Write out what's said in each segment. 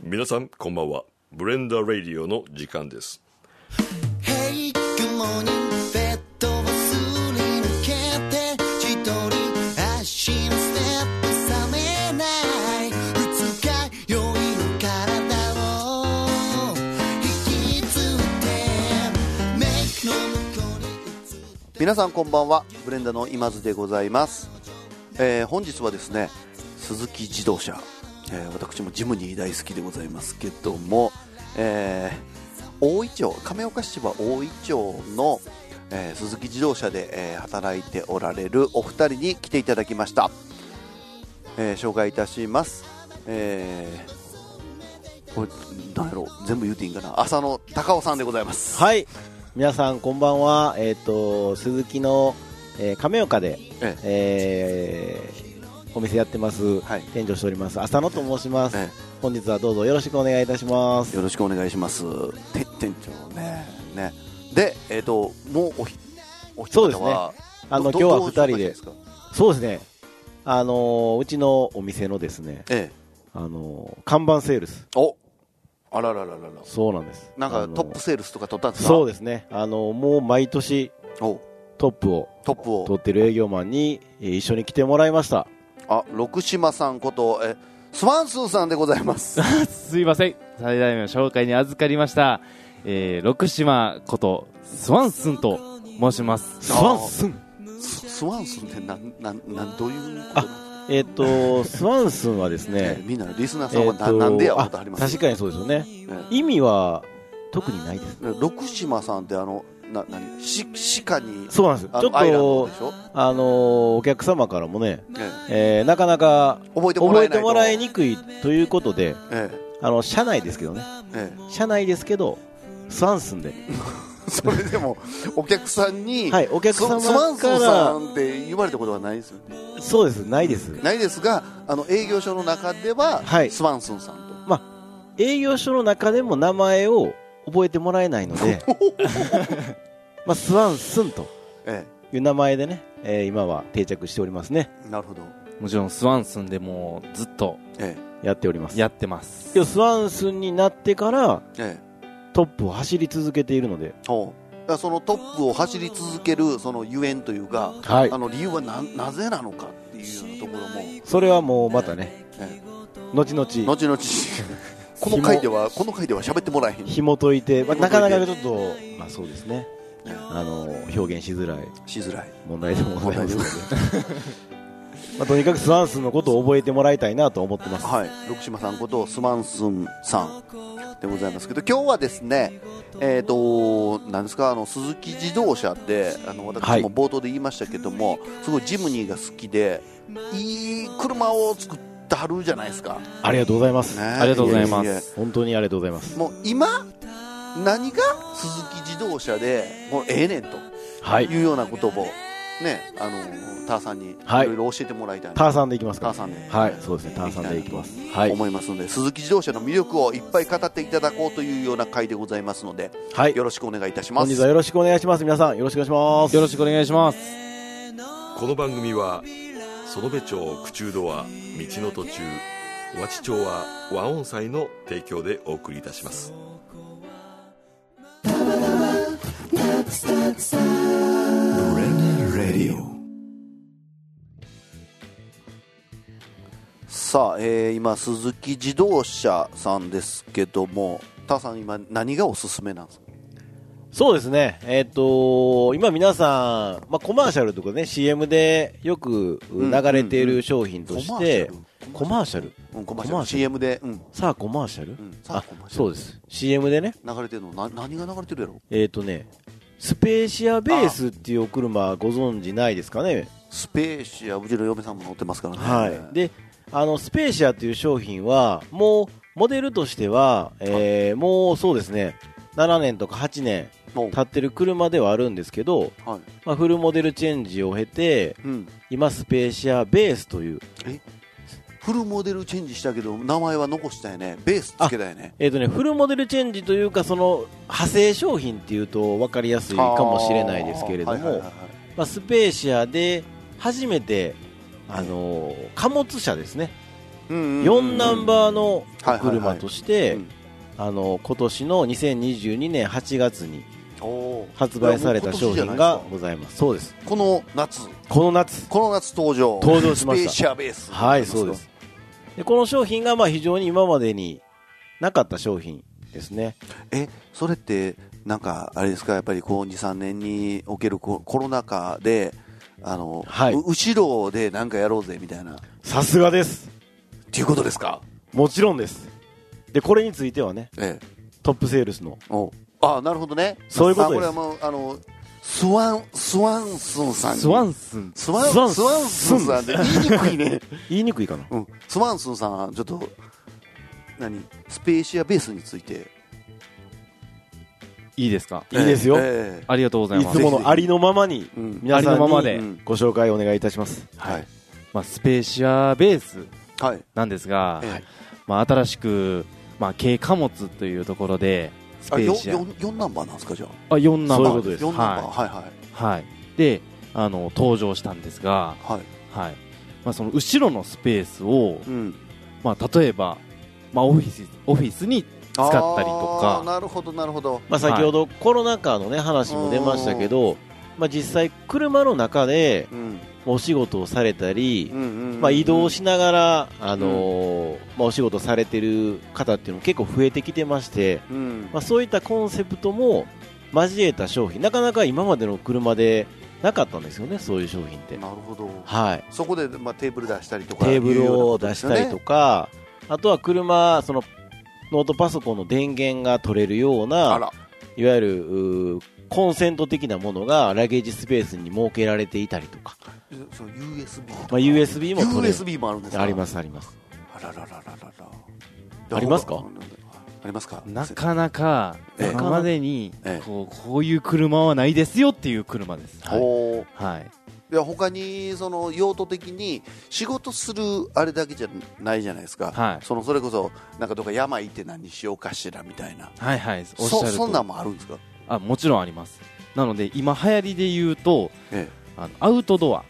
皆さんこんばんは。ブレンダーラディオの時間です。 Hey, good morning. ベッドをすり抜けて一人足のステップ冷めない二日酔いの体を引きつってメイクの向こうに映る。 皆さんこんばんは。ブレンダーの今津でございます。本日はですね、鈴木自動車、私もジムニー大好きでございますけども、大井町、亀岡市は大井町の、鈴木自動車で、働いておられるお二人に来ていただきました。紹介いたします。これ何やろう、全部言うていいんかな。浅野隆夫さんでございます。 はい、皆さんこんばんは。鈴木の、亀岡で、お店やってます、はい、店長しております浅野と申します、本日はどうぞよろしくお願いいたします。 よろしくお願いします。店長ね。で、もうお一方は、 そうですね、今日は2人で。そうですね、うちのお店のですね、看板セールス。 あららららら。 そうなんです。 なんかトップセールスとか取ったんですか？ そうですね、もう毎年トップを取ってる営業マンに一緒に来てもらいました。 六島さんことスワンスンさんでございますすいません、最大名の紹介に預かりました、六島ことスワンスンと申します。 スワンスンってどういうこと？ スワンスンはですね、 みんなリスナーさんはなんでや思ってはります？ 確かにそうですよね、意味は特にないです。 六島さんって鹿に、 そうなんです。ちょっとお客様からもね、なかなか覚えてもらいにくいということで、社内ですけどね、社内ですけどスワンスンでそれでもお客さんに、 お客様からスワンスンさんって言われたことはないですよね。 そうです、ないですが、営業所の中では、スワンスンさんと、 営業所の中でも名前を覚えてもらえないのでスワンスンという名前でね、今は定着しておりますね。 なるほど。 もちろんスワンスンでもずっとやっております。 やってます。 スワンスンになってから、トップを走り続けているので、 そのトップを走り続けるそのゆえんというか、理由はなぜなのかっていうようなところも、それはもうまたね、後々 この回では喋ってもらえへん、 紐解いて、なかなかちょっと、そうですね、表現しづらい問題でもございますのでとにかくスワンスンのことを覚えてもらいたいなと思ってます。 六島さんことスワンスンさんでございますけど、今日はですね、なんですか、鈴木自動車って私も冒頭で言いましたけども、すごいジムニーが好きでいい車を作ってはるじゃないですか。 ありがとうございます、 ありがとうございます。 本当にありがとうございます。 もう今何が鈴木自動車でもうええねんというようなことをね、ターさんにいろいろ教えてもらいたいな。 ターさんでいきますか。 ターさんで、 そうですね、ターさんでいきます、 思いますので、鈴木自動車の魅力をいっぱい語っていただこうというような回でございますので、よろしくお願いいたします。 本日はよろしくお願いします。皆さんよろしくお願いします。 よろしくお願いします。 この番組は園部町口中ドア道の途中和知町は和音祭の提供でお送りいたします。 さあ、今鈴木自動車さんですけども、ターさん今何がおすすめなんですか？ そうですね、今皆さん、コマーシャルとかね CM でよく流れている商品として、コマーシャル CM で、 さあコマーシャル、そうです、 CM でね流れてるの、何が流れてるやろ。 スペーシアベースっていうお車ご存知ないですかね。 スペーシア、うちの嫁さんも乗ってますからね。 でスペーシアっていう商品はもうモデルとしては、もうそうですね7年とか8年経ってる車ではあるんですけど、フルモデルチェンジを経て、今スペーシアベースという、 フルモデルチェンジしたけど名前は残したよね、ベースつけたよね。 フルモデルチェンジというか、その派生商品っていうと分かりやすいかもしれないですけれども、スペーシアで初めて貨物車ですね、 4ナンバーの車としてはい今年の2022年8月に発売された商品がございます。そうです。 この夏登場しました。 スペーシアベース。 はい、そうです。でこの商品が非常に今までになかった商品ですね。 それってなんかあれですか、やっぱりこう 2,3 年におけるコロナ禍ではい、後ろでなんかやろうぜみたいな。 さすがですっていうことですか。 もちろんです。でこれについてはね、トップセールスのなるほどね。 そういうことです。 これはもうスワンスンさんにスワンスンさんで言いにくいね言いにくいかな、 スワンスンさんちょっとスペーシアベースについていいですか。 いいですよ、 ありがとうございます。 いつものありのままに皆さんにご紹介お願いいたします。 はい、スペーシアベースなんですが、新しく、軽貨物というところでスペーシア 4ナンバーなんですか。じゃあ 4ナンバー。 そういうことです。 4ナンバー、 はいで登場したんですが、その後ろのスペースを、例えば、オフィスに使ったりとか。 なるほどなるほど。 先ほどコロナ禍のね話も出ましたけど、実際車の中でお仕事をされたり、移動しながらお仕事されてる方っていうのも結構増えてきてまして、そういったコンセプトも交えた商品、なかなか今までの車でなかったんですよね、そういう商品って。 なるほど。 はい。 そこでテーブル出したりとか、 テーブルを出したりとか、あとは車ノートパソコンの電源が取れるような、いわゆるコンセント的なものがラゲージスペースに設けられていたりとか、USB も取れる。 USB もあるんですか。 ありますあります。 ありますか。ありますか。 なかなか今までにこういう車はないですよっていう車です。 いや他に用途的に仕事するあれだけじゃないじゃないですか、それこそなんかどっか山行って何しようかしらみたいな、 おっしゃるとそんなんもあるんですか。 もちろんあります。なので今流行りで言うと、アウトドア、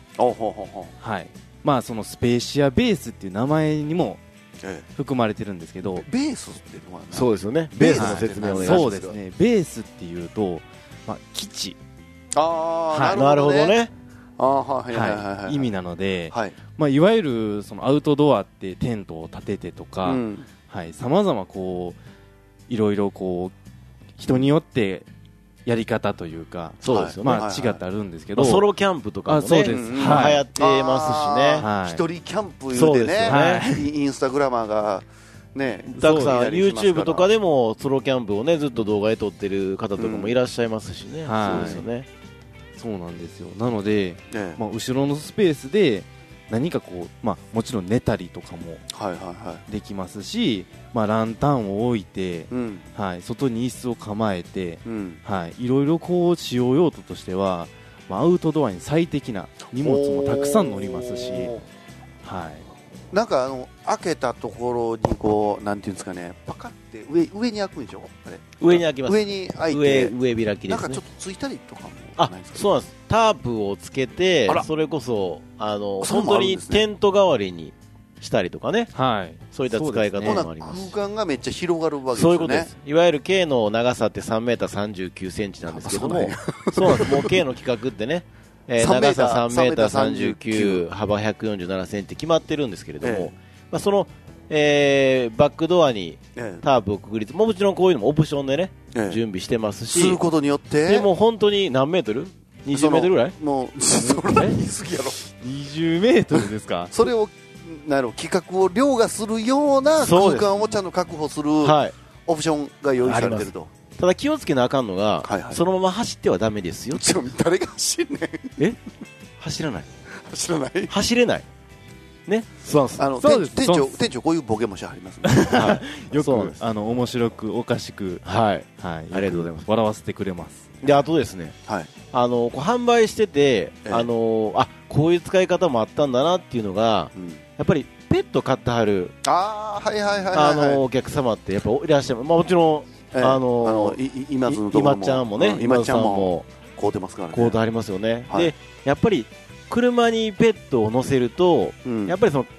そのスペーシアベースっていう名前にも含まれてるんですけど、 ベースっていうのはそうですよね。ベースの説明をお願いします。 そうですね。ベースっていうと、基地、 なるほどね。 意味なので、いわゆるそのアウトドアってテントを立ててとか、さまざまいろいろ人によってやり方というか、 そうですよね。 違ってあるんですけど、 ソロキャンプとかもね、 そうです。 流行ってますしね。 一人キャンプ言うてね、インスタグラマーがね、 たくさん YouTube とかでもソロキャンプをねずっと動画で撮ってる方とかもいらっしゃいますしね。そうですよね。 そうなんですよ。なので、後ろのスペースで何かもちろん寝たりとかもできますし、ランタンを置いて、外に椅子を構えて、いろいろ使用用途としては、アウトドアに最適な荷物もたくさん乗りますし、 なんか開けたところになんていうんですかね、パカって上に開くんでしょ。あれ上に開きます。 上に開いて上開きですね。 なんかちょっとついたりとかもないですか。 そうなんです。タープをつけて、それこそ本当にテント代わりにしたりとかね、そういった使い方もあります。 空間がめっちゃ広がるわけですよね。 そういうことです。いわゆる K の長さって3メーター39センチなんですけども、そうなんです。もう K の規格ってね、長さ3メーター39、幅147センチ決まってるんですけれども、そのバックドアにタープをくぐりつ、もちろんこういうのもオプションでね、準備してますし、 することによってでも本当に何メートル？20メートルぐらい？ もうそれは言い過ぎやろ。 20メートルですか。 それを規格を凌駕するような空間をちゃんと確保するオプションが用意されてると。 ただ気をつけなあかんのが、そのまま走ってはダメですよ。 誰が走んねん。 走らない。 走れないね。 店長こういうボケもしはりますね。 よく面白くおかしく、 ありがとうございます。 笑わせてくれます。 であとですね、販売してて、こういう使い方もあったんだなっていうのが、やっぱりペット飼ってはるお客様ってやっぱいらっしゃる。もちろん今ちゃんもね、今ちゃんも買うてますからね。 買うてありますよね。でやっぱり車にペットを乗せると、やっぱりその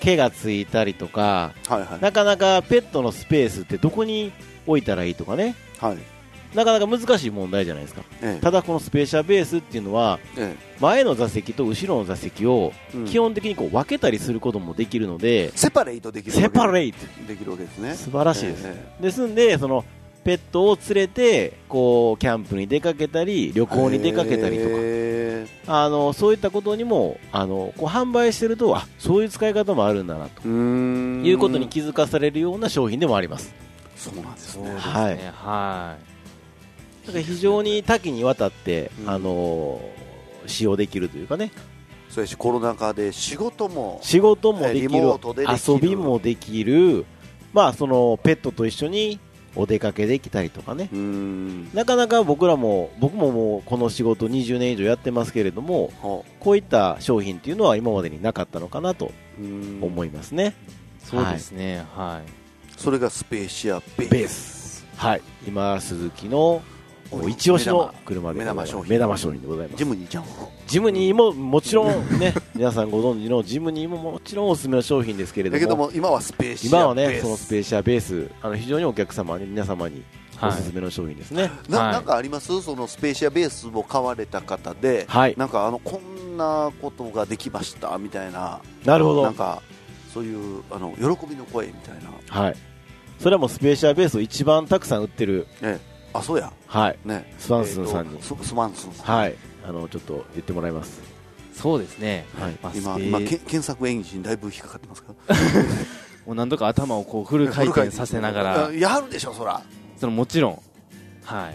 毛がついたりとか、 はいはい、 なかなかペットのスペースってどこに置いたらいいとかね、 はい、 なかなか難しい問題じゃないですか、ただこのスペーシアベースっていうのは、前の座席と後ろの座席を基本的にこう分けたりすることもできるので、 セパレートできるわけですね。 素晴らしいです、ですんでそのペットを連れてこうキャンプに出かけたり旅行に出かけたりとか、そういったことにもこう販売してると、そういう使い方もあるんだなということに気づかされるような商品でもあります。 そうなんですね。 はい、だから非常に多岐にわたって、使用できるというかね。 そうやし、コロナ禍で仕事もできる、遊びもできる、そのペットと一緒にお出かけできたりとかね。なかなか僕ももうこの仕事20年以上やってますけれども、こういった商品っていうのは今までになかったのかなと思いますね。 そうですね、はい。 それがスペーシアベース、 はい、今鈴木の一押しの車で目玉商品でございます。 ジムニーちゃん、 ジムニーももちろんね皆さんご存知のジムニーももちろんおすすめの商品ですけれども、 だけども今はスペーシアベース、 今はねそのスペーシアベース非常にお客様に皆様におすすめの商品ですね。 なんかあります？そのスペーシアベースを買われた方で、なんかこんなことができましたみたいな、 なるほど、 なんかそういう喜びの声みたいな、 はい、それはもうスペーシアベースを一番たくさん売ってる、 そうや、 はいね、 スワンスンさんに、 スワンスンさん、 はい、ちょっと言ってもらいます。 そうですね、 はい、今検索エンジンだいぶ引っかかってますかもう何度か頭をこうフル回転させながらやるでしょ、そらもちろん、はい。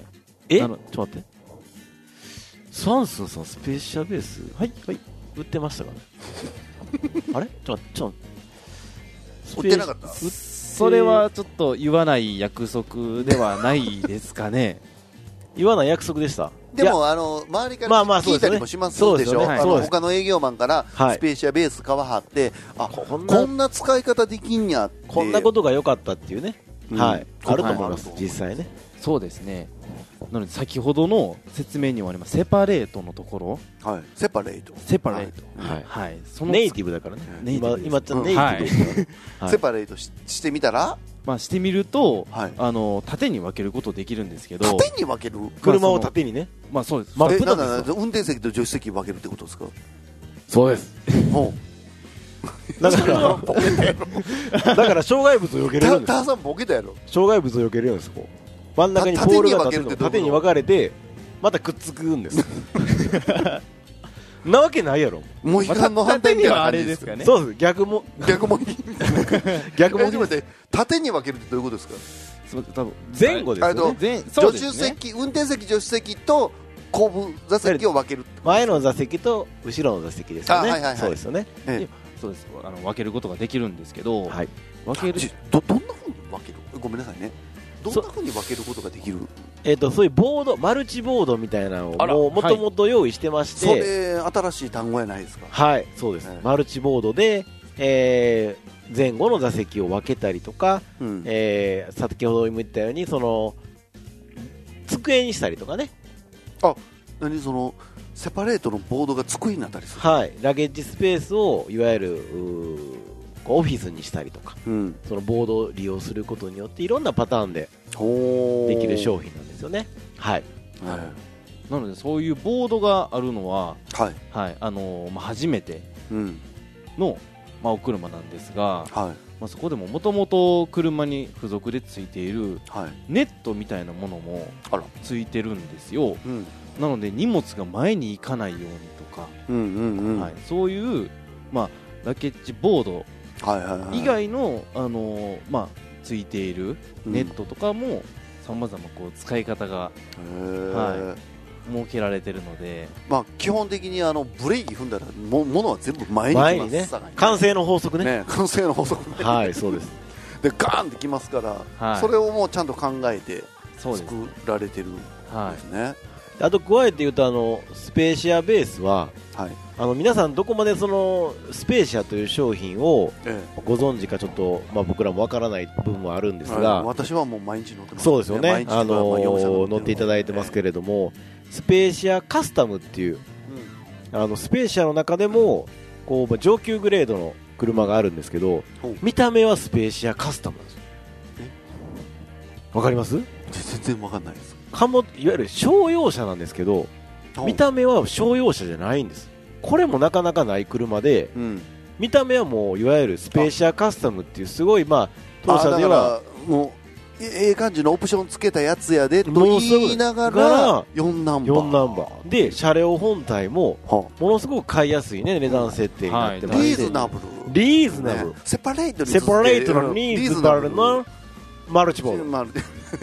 ちょっと待って、スワンスンさんスペーシアベース、はい、売ってましたかねあれちょっと売ってなかった？ それはちょっと言わない約束ではないですかね言わない約束でした。 でも周りから聞いたりもしますでしょ、他の営業マンからスペーシアベース買わはって、こんな使い方できんやって、 こんなことが良かったっていうね、はい、あると思います、実際ね。 そうですね。なので先ほどの説明にもありますセパレートのところ、 はい、セパレート、 はい、そのネイティブだからね、今ちゃんネイティブですから、 セパレートしてみたら、 してみると、縦に分けることできるんですけど、 縦に分ける、 車を縦にね、 そうです。 運転席と助手席分けるってことですか？ そうです。だから障害物を避けれるんです。 ターさんボケたやろ。 障害物を避けれるんです。こう真ん中にポールが立って縦に分かれてまたくっつくんです。なわけないやろ。 もう悲願の反対にはあれですかね。 そうです。逆も逆も縦に分けるってどういうことですか？ 多分前後ですよね。 助手席、運転席、助手席と後部座席を分ける。 前の座席と後ろの座席ですよね。そうですよね。 そうです。分けることができるんですけど、分けるどんな風に分ける？ごめんなさいね。どんな風に分けることができる？ そういうボード、マルチボードみたいなのをもともと用意してまして、 それ新しい単語やないですか？ はい、そうです。マルチボードで、前後の座席を分けたりとか、先ほども言ったようにその机にしたりとかね。 何そのセパレートのボードが机になったりする？ はい、ラゲッジスペースをいわゆるオフィスにしたりとか、そのボードを利用することによっていろんなパターンでできる商品なんですよね。はい、 なのでそういうボードがあるのは、初めての、お車なんですが、そこでももともと車に付属でついているネットみたいなものもついてるんですよ。なので荷物が前に行かないようにとか、そういう、ラケッジボード以外の、ついているネットとかもさまざま使い方が、設けられているので、 基本的にブレーキ踏んだら物は全部前に来ますからね。 慣性の法則ね。 慣性の法則。 はい、そうです。 でガーンってきますから、それをもうちゃんと考えて作られてるんですね。 あと加えて言うとスペーシアベースは、皆さんどこまでそのスペーシアという商品をご存知かちょっと、僕らもわからない部分はあるんですが、 私はもう毎日乗ってます。 そうですよね。乗っていただいてますけれども、スペーシアカスタムっていう、スペーシアの中でも上級グレードの車があるんですけど、見た目はスペーシアカスタムなんですよ。わかります？ 全然わかんないです。 いわゆる商用車なんですけど、見た目は商用車じゃないんです。これもなかなかない車で、見た目はもういわゆるスペーシアカスタムっていうすごい当社ではもう感じのオプションつけたやつやでと言いながら4ナンバーで車両本体もものすごく買いやすいね値段設定になってます。 リーズナブル、セパレートのリーズナブルのマルチボードマル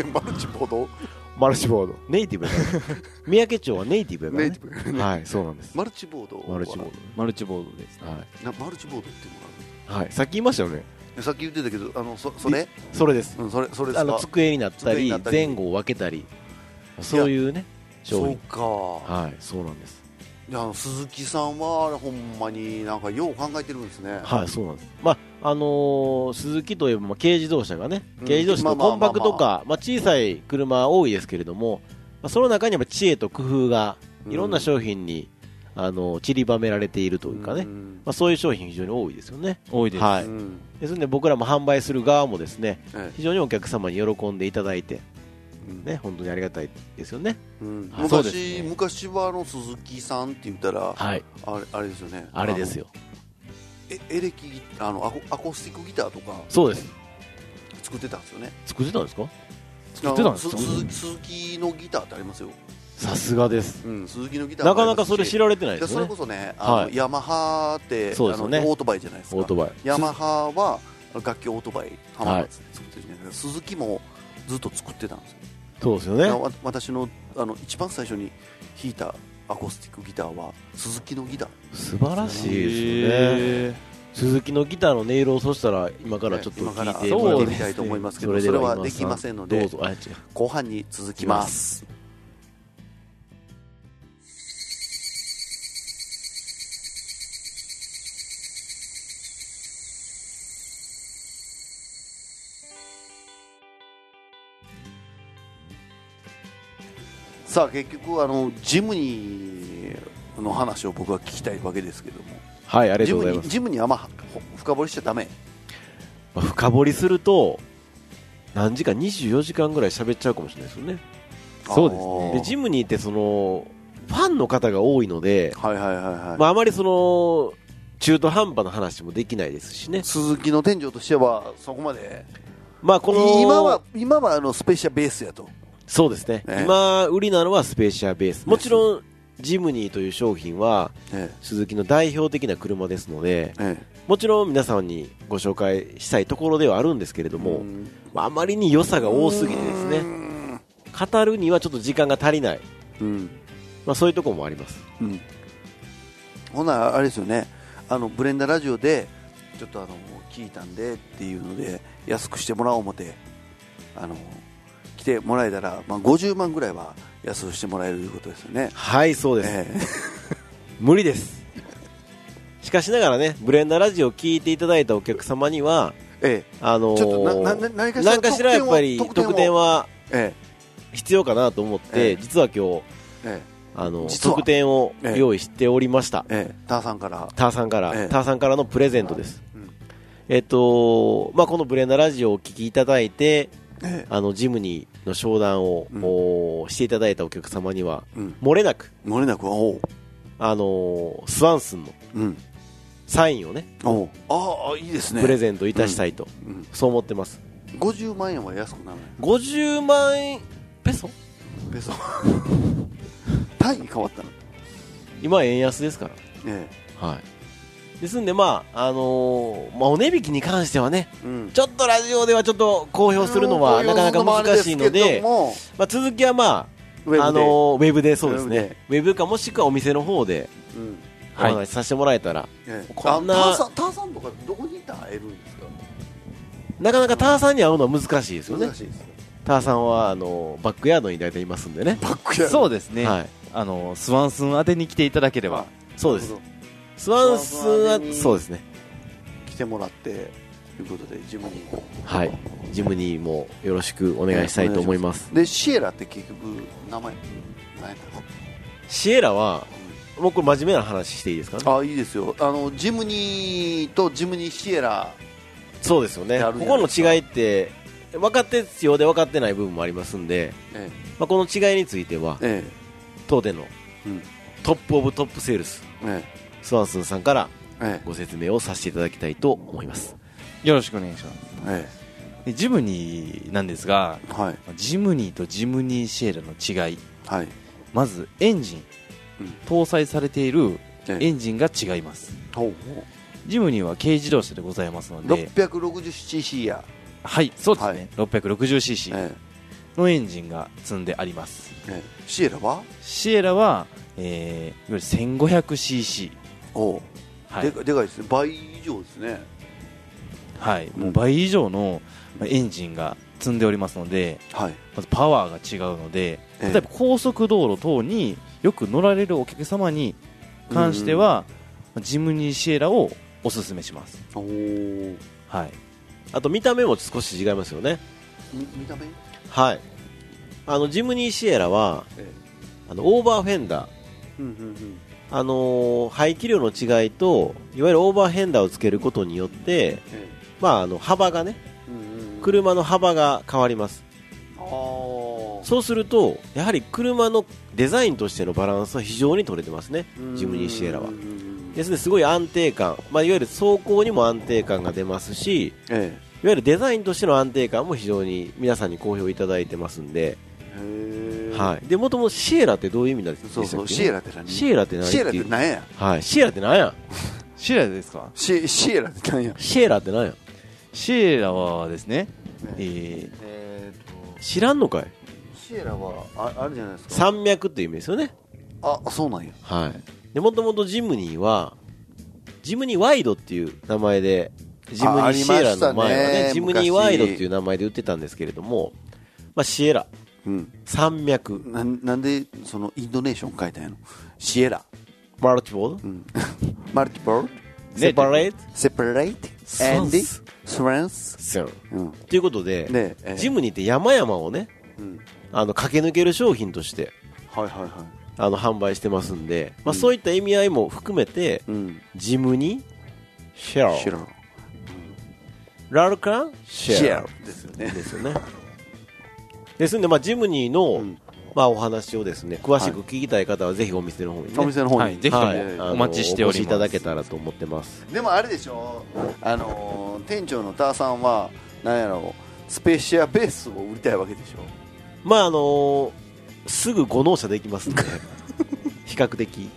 チボードネイティブだね三宅町はネイティブだね。はい、そうなんです。 マルチボードです。マルチボードっていうのがある。 はい、さっき言いましたよね。 さっき言ってたけどそれです。 それ机になったり前後を分けたりそういうね商品。 そうか。 はい、そうなんです。 いや鈴木さんはあれほんまになんかよう考えてるんですね。 はい、そうなんです。鈴木といえば軽自動車がね、軽自動車とコンパクトカー、小さい車多いですけれども、その中には知恵と工夫がいろんな商品に散りばめられているというかね、そういう商品非常に多いですよね。 多いです。 はい。ですので僕らも販売する側もですね、非常にお客様に喜んでいただいて。ね、本当にありがたいですよね。 昔は鈴木さんって言ったら、あれですよね。 あれですよ。 エレキアコースティックギターとか。 そうです。 作ってたんですよね。 作ってたんですか？ 作ってたんですか？ 鈴木のギターってありますよ。 さすがです。 鈴木のギターなかなかそれ知られてないですね。 それこそね、ヤマハってオートバイじゃないですか。ヤマハは楽器オートバイ浜松で作ってるんだけど、鈴木もずっと作ってたんですよ。 そうですよね。 私の一番最初に弾いたアコースティックギターは鈴木のギター。 素晴らしいですよね。鈴木のギターの音色をそしたら今からちょっと聞いてもらってみたいと思いますけど、 それはできませんので後半に続きます。さあ結局ジムニーの話を僕は聞きたいわけですけども。 はい、ありがとうございます。 ジムニーあんま深掘りしちゃダメ。 深掘りすると何時間24時間ぐらい喋っちゃうかもしれないですよね。 そうですね。 でジムニーってファンの方が多いので、あまり中途半端な話もできないですしね。 鈴木の店長としてはそこまで、 今はスペシャルベースやと。 そうですね、今売りなのはスペシャルベース。もちろんジムニーという商品は、鈴木の代表的な車ですので、もちろん皆さんにご紹介したいところではあるんですけれども、あまりに良さが多すぎてですね、語るにはちょっと時間が足りない、そういうところもあります。 ほなあれですよね、ブレンダラジオでちょっと聞いたんでっていうので安くしてもらおう思って来てもらえたら、50万ぐらいは安くしてもらえるということですよね。 はい、そうです、無理です。しかしながらね、ブレンダラジオを聞いていただいたお客様には、ちょっと何かしらやっぱり特典は必要かなと思って、実は今日、特典を用意しておりました。 ターさんからのプレゼントです。このブレンダラジオをお聞きいただいて、ジムニーの商談を、していただいたお客様には、漏れなくスワンスンの、サインをね、 いいですね、 プレゼントいたしたいと、そう思ってます。 50万円は安くならない。 50万円ペソ単位変わったの。 今円安ですから、はい。ですんでお値引きに関してはね、ちょっとラジオではちょっと公表するのはなかなか難しいので、続きはウェブで、そうですね、ウェブかもしくはお店の方でお話しさせてもらえたら、 こんなターさんとかどこに会えるんですか。 なかなかターさんに会うのは難しいですよね。ターさんはバックヤードに大体いますんでね。 そうですね、スワンスン宛てに来ていただければ。 そうです。スワンスンはそうですね、 来てもらってということでジムニーも、 ジムニーもよろしくお願いしたいと思います。 でシエラって結局名前何やったの。 シエラはもうこれ真面目な話していいですかね。 あ、いいですよ。ジムニーとジムニーシエラ、 そうですよね。ここの違いって分かって必要で分かってない部分もありますんで、この違いについては、当店のトップオブトップセールス、スワンスンさんからご説明をさせていただきたいと思います。 よろしくお願いします。ジムニーなんですが、ジムニーとジムニーシエラの違い、まずエンジン、搭載されているエンジンが違います。ジムニーは軽自動車でございますので 660cc や、 はいそうですね、660cc のエンジンが積んであります。 シエラはいわゆる 1500cc、 でかいですね。倍以上ですね。 はい、もう倍以上のエンジンが積んでおりますので、まずパワーが違うので、例えば高速道路等によく乗られるお客様に関しては、ジムニーシエラをおすすめします。はい、 あと見た目も少し違いますよね。 見た目、 はい、ジムニーシエラは、オーバーフェンダー、排気量の違いといわゆるオーバーフェンダーをつけることによって、幅がね、車の幅が変わります。そうするとやはり車のデザインとしてのバランスは非常に取れてますね、ジムニーシエラは。ですのですごい安定感、いわゆる走行にも安定感が出ますし、いわゆるデザインとしての安定感も非常に皆さんに好評いただいてますんで、でもともとシエラってどういう意味なんですか。 そうそう、シエラって何？ シエラって何？ シエラって何や？ はい、シエラって何や？ シエラですか？ シエラって何や？ シエラって何や？ シエラはですね、 知らんのかい？ シエラはあるじゃないですか。 山脈っていう意味ですよね。 あ、そうなんや。 はい。でもともとジムニーはジムニーワイドっていう名前で、ジムニーシエラの前はね、ジムニーワイドっていう名前で売ってたんですけれども、シエラ、山脈、 なんでそのインドネーション書いたんやの？シエラ、 マルティポール、 マルティポール、 セパレート、 セパレート、エンディ、スランス、 ということで、ジムニーって山々をね、駆け抜ける商品として販売してますんで、そういった意味合いも含めて、ジムニーシェラル、ラルカンシェラルですよね。ですので、ジムニーの、お話をですね、詳しく聞きたい方はぜひお店の方にね、 ぜひともお待ちしております。 お越しいただけたらと思ってます。 でもあれでしょ、店長のターさんはなんやろう、スペシアベースを売りたいわけでしょ。 すぐ5納車できますんで比較的、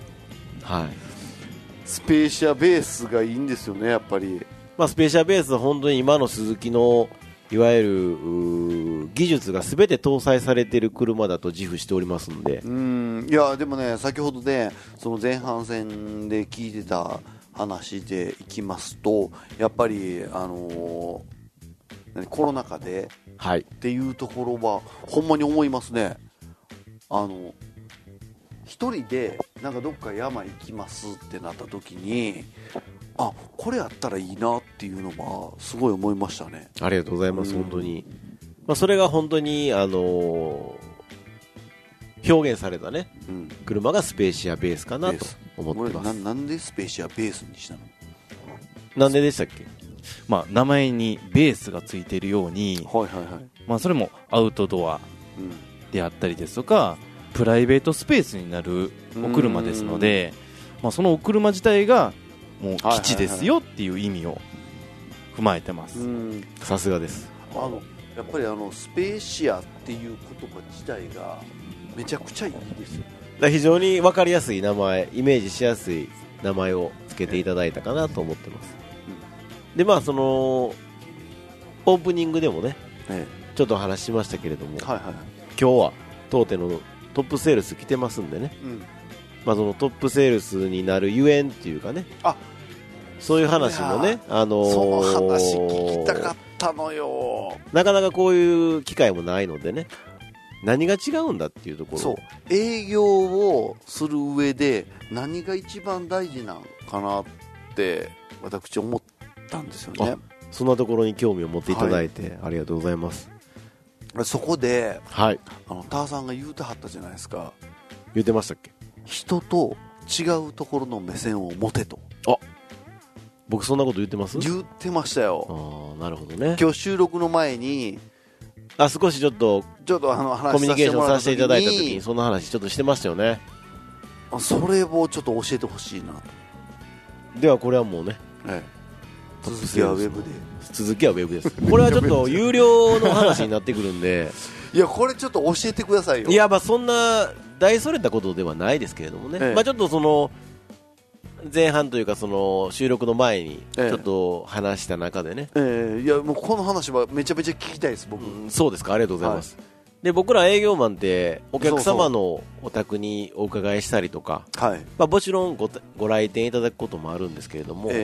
スペシアベースがいいんですよね、やっぱり。 スペシアベースは本当に今のスズキのいわゆる技術が全て搭載されている車だと自負しておりますので。 いやでもね、先ほどね、その前半戦で聞いてた話でいきますと、やっぱりコロナ禍で、っていうところはほんまに思いますね。一人でなんかどっか山行きますってなった時に、これあったらいいなっていうのはすごい思いましたね。 ありがとうございます、本当に。それが本当に表現されたね、車がスペーシアベースかなと思ってます。 なんでスペーシアベースにしたの？ なんででしたっけ？ 名前にベースがついているように、それもアウトドアであったりですとか、プライベートスペースになるお車ですので、そのお車自体がもう基地ですよっていう意味を踏まえてます。 さすがです。 やっぱりスペーシアっていう言葉自体がめちゃくちゃいいですよ。 非常に分かりやすい名前、イメージしやすい名前を付けていただいたかなと思ってます。でそのオープニングでもね、ちょっと話しましたけれども、今日は当店のトップセールス来てますんでね、そのトップセールスになるゆえんっていうかね、そういう話もね、 その話聞きたかったのよ。 なかなかこういう機会もないのでね、何が違うんだっていうところ。 営業をする上で何が一番大事なのかなって私思ったんですよね。 そんなところに興味を持っていただいて、ありがとうございます。 そこで、 ターさんが言うてはったじゃないですか。 言ってましたっけ？ 人と違うところの目線を持てと。 あ、僕そんなこと言ってます？ 言ってましたよ。 あ、なるほどね。 今日収録の前に少しちょっと話コミュニケーションさせていただいた時にその話ちょっとしてましたよね。 それをちょっと教えてほしいなと。 ではこれはもうね、 続きはウェブで。 続きはウェブです。これはちょっと有料の話になってくるんでいや、これちょっと教えてくださいよ。 いや、そんな大それたことではないですけれどもね、ちょっとその前半というかその収録の前にちょっと話した中でね、 いや、もうこの話はめちゃめちゃ聞きたいです僕。 そうですか、ありがとうございます。で、僕ら営業マンってお客様のお宅にお伺いしたりとか、もちろん ご来店いただくこともあるんですけれども、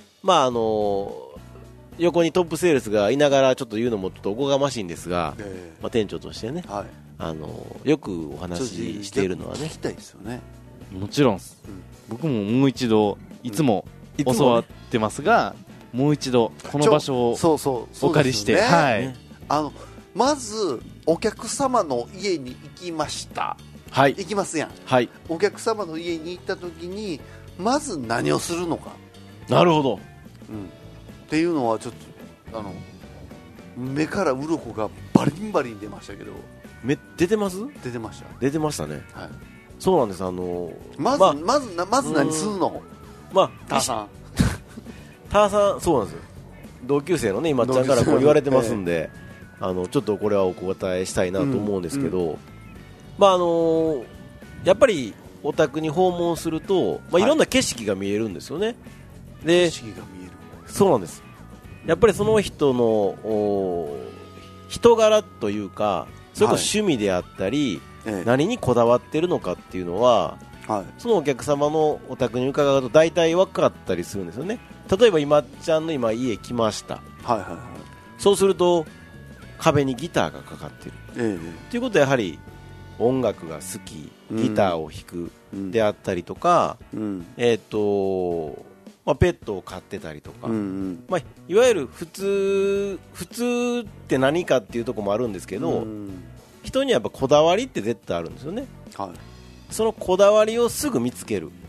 横にトップセールスがいながらちょっと言うのもちょっとおこがましいんですが、店長としてね、よくお話ししているのはね、 聞きたいですよね。 もちろん、僕ももう一度いつも教わってますが、もう一度この場所をお借りして、 まずお客様の家に行きました、行きますやん、お客様の家に行った時にまず何をするのか。 なるほど、 っていうのはちょっと目から鱗がバリンバリン出ましたけど。 出てます？ 出てました。 出てましたね。そうなんです。 まず何するの？ターさん、そうなんですよ。同級生のね、今ちゃんからこう言われてますんで、ちょっとこれはお答えしたいなと思うんですけど、やっぱりお宅に訪問すると、いろんな景色が見えるんですよね。で、 景色が見える。 そうなんです。やっぱりその人の人柄というか、それこそ趣味であったり、何にこだわってるのかっていうのは、そのお客様のお宅に伺うと大体分かったりするんですよね。例えば今ちゃんの今家来ました、そうすると壁にギターがかかってる、ということはやはり音楽が好き、ギターを弾くであったりとか、ペットを飼ってたりとか、いわゆる普通って何かっていうところもあるんですけど、人にはやっぱこだわりって絶対あるんですよね。そのこだわりをすぐ見つける、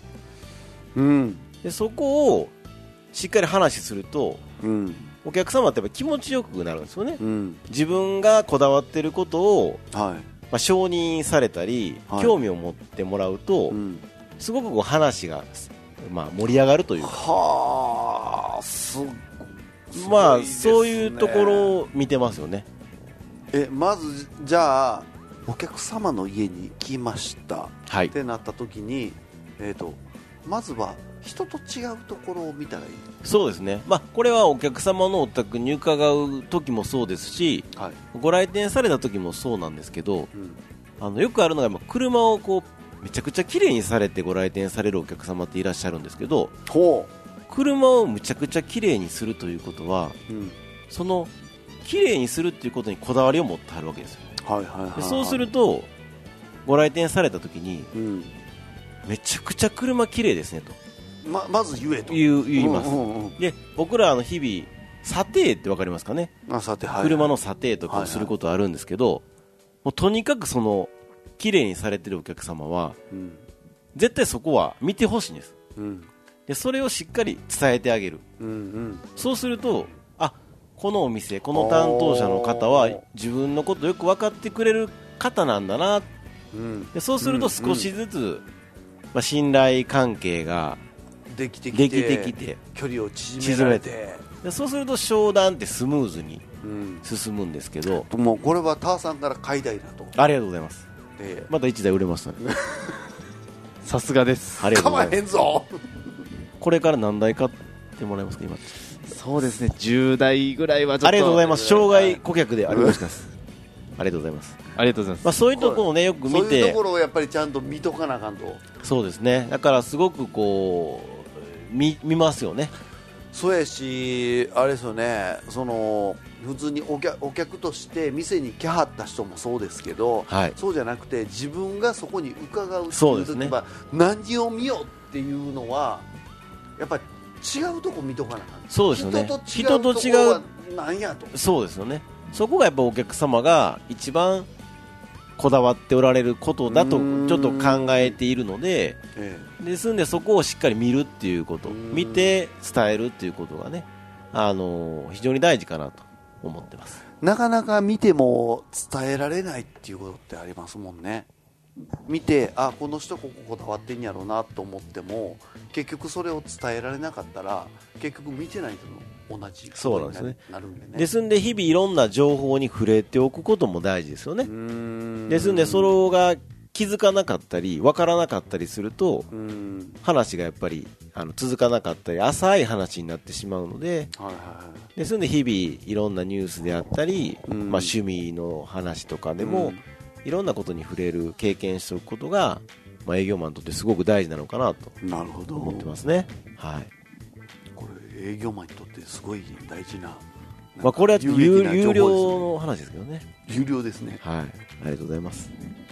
でそこをしっかり話すると、お客様ってやっぱ気持ちよくなるんですよね。自分がこだわってることを、承認されたり、興味を持ってもらうと、すごくこう話が盛り上がるというか、そういうところを見てますよね。 まずじゃあお客様の家に来ました、ってなった時に、まずは人と違うところを見たらいい。 そうですね、これはお客様のお宅に伺う時もそうですし、ご来店された時もそうなんですけど、よくあるのが車をこうめちゃくちゃ綺麗にされてご来店されるお客様っていらっしゃるんですけど、車をむちゃくちゃ綺麗にするということは、その綺麗にするということにこだわりを持ってはるわけですよ。でそうするとご来店された時に、めちゃくちゃ車綺麗ですねと、 まず言えと言います。で僕ら日々査定って分かりますかね。車の査定とかをすることあるんですけど、もうとにかくその綺麗にされてるお客様は、絶対そこは見てほしいんです、でそれをしっかり伝えてあげる、そうすると、このお店、この担当者の方は自分のことをよく分かってくれる方なんだな、でそうすると少しずつ、信頼関係ができてきて距離を縮めて、 でそうすると商談ってスムーズに進むんですけど、 もうこれはターさんから買いたいなと。 ありがとうございます。また1台売れましたねさすがです。 ありがとうございます。 構えへんぞ。 これから何台買ってもらえますか今。 そうですね、10台ぐらいはちょっと。 ありがとうございます。生涯顧客であります。ありがとうございます。 ありがとうございます。 そういうところをね、よく見て、 そういうところをやっぱりちゃんと見とかなあかんと。 そうですね。だからすごくこう見ますよね。 そうやし、あれですよね、その普通にお客として店に来はった人もそうですけど、そうじゃなくて自分がそこに伺うっていう時は、何を見ようっていうのはやっぱり違うとこ見とかなあかん。 そうですよね。 人と違うとこは何やと。 そうですよね。そこがやっぱお客様が一番こだわっておられることだとちょっと考えているので、ですんでそこをしっかり見るっていうこと、見て伝えるっていうことがね、非常に大事かなと思ってます。 なかなか見ても伝えられないっていうことってありますもんね。見て、あ、この人こここだわってんやろうなと思っても、結局それを伝えられなかったら結局見てないと同じことになるんでね。 ですんで日々いろんな情報に触れておくことも大事ですよね。ですんでそれが気づかなかったり分からなかったりすると、話がやっぱり続かなかったり浅い話になってしまうので、ですんで日々いろんなニュースであったり、趣味の話とかでも、いろんなことに触れる経験しておくことが、営業マンにとってすごく大事なのかなと思ってますね。はい、 これ営業マンにとってすごい大事な、 これは有料の話ですけどね。 有料ですね。 はい、ありがとうございます。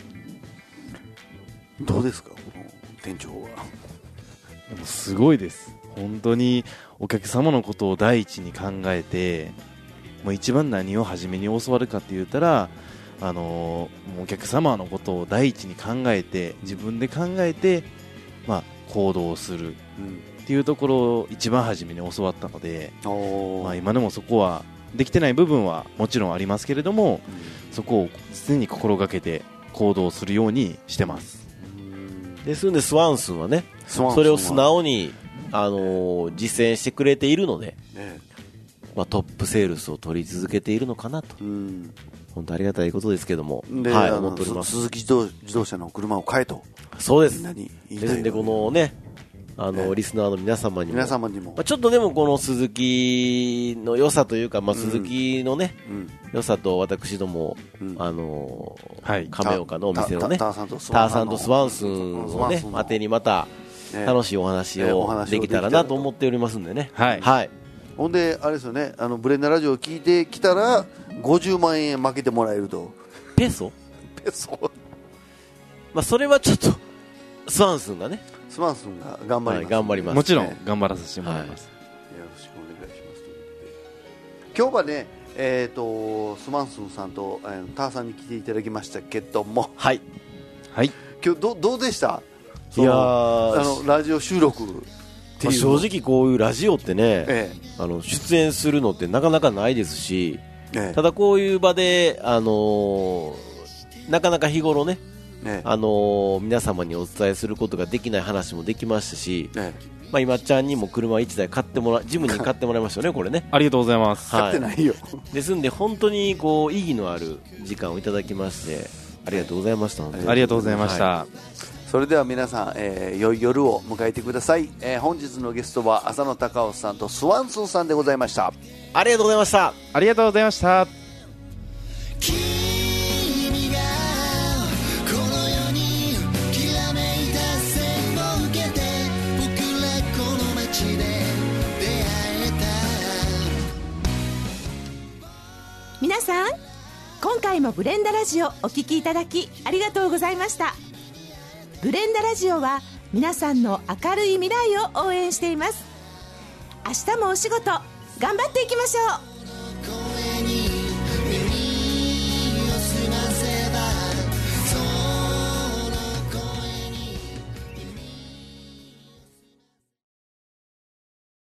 どうですか、この店長は。 でもすごいです。本当にお客様のことを第一に考えて、もう一番何を初めに教わるかって言ったら、お客様のことを第一に考えて、自分で考えて、行動するっていうところを一番初めに教わったので、今でもそこはできてない部分はもちろんありますけれども、そこを常に心がけて行動するようにしてます。 ですのでスワンスンはね、それを素直に、実践してくれているので、トップセールスを取り続けているのかなと、本当ありがたいことですけども、思っております。 鈴木自動車の車を買えと。 そうです。ですのでこのね、リスナーの皆様にも、ちょっとでもこの鈴木の良さというか、鈴木のね、良さと私ども、亀岡のお店のね、ターサンとスワンスンをね、当てにまた楽しいお話をできたらなと思っておりますんでね。はい。 ほんであれですよね、ブレンダラジオを聞いてきたら50万円負けてもらえると。 ペソそれはちょっとスワンスンが頑張ります。 もちろん頑張らせてもらいます。よろしくお願いしますということで、今日はね、スワンスンさんとターさんに来ていただきましたけども、 はい、 今日どうでした？ いやラジオ収録正直こういうラジオってね、出演するのってなかなかないですし、ただこういう場で、なかなか日頃ね、皆様にお伝えすることができない話もできましたし、今ちゃんにも車1台ジムに買ってもらいましたよね、これね。 ありがとうございます。 買ってないよ。 ですんで本当にこう意義のある時間をいただきましてありがとうございました。 ありがとうございました。 それでは皆さん、良い夜を迎えてください。本日のゲストは浅野隆夫さんとスワンスンさんでございました。 ありがとうございました。 ありがとうございました。 君がこの世にきらめいた線を受けて、僕らこの街で出会えた。皆さん、今回もブレンダラジオお聞きいただきありがとうございました。ブレンダラジオは皆さんの明るい未来を応援しています。明日もお仕事頑張っていきましょう。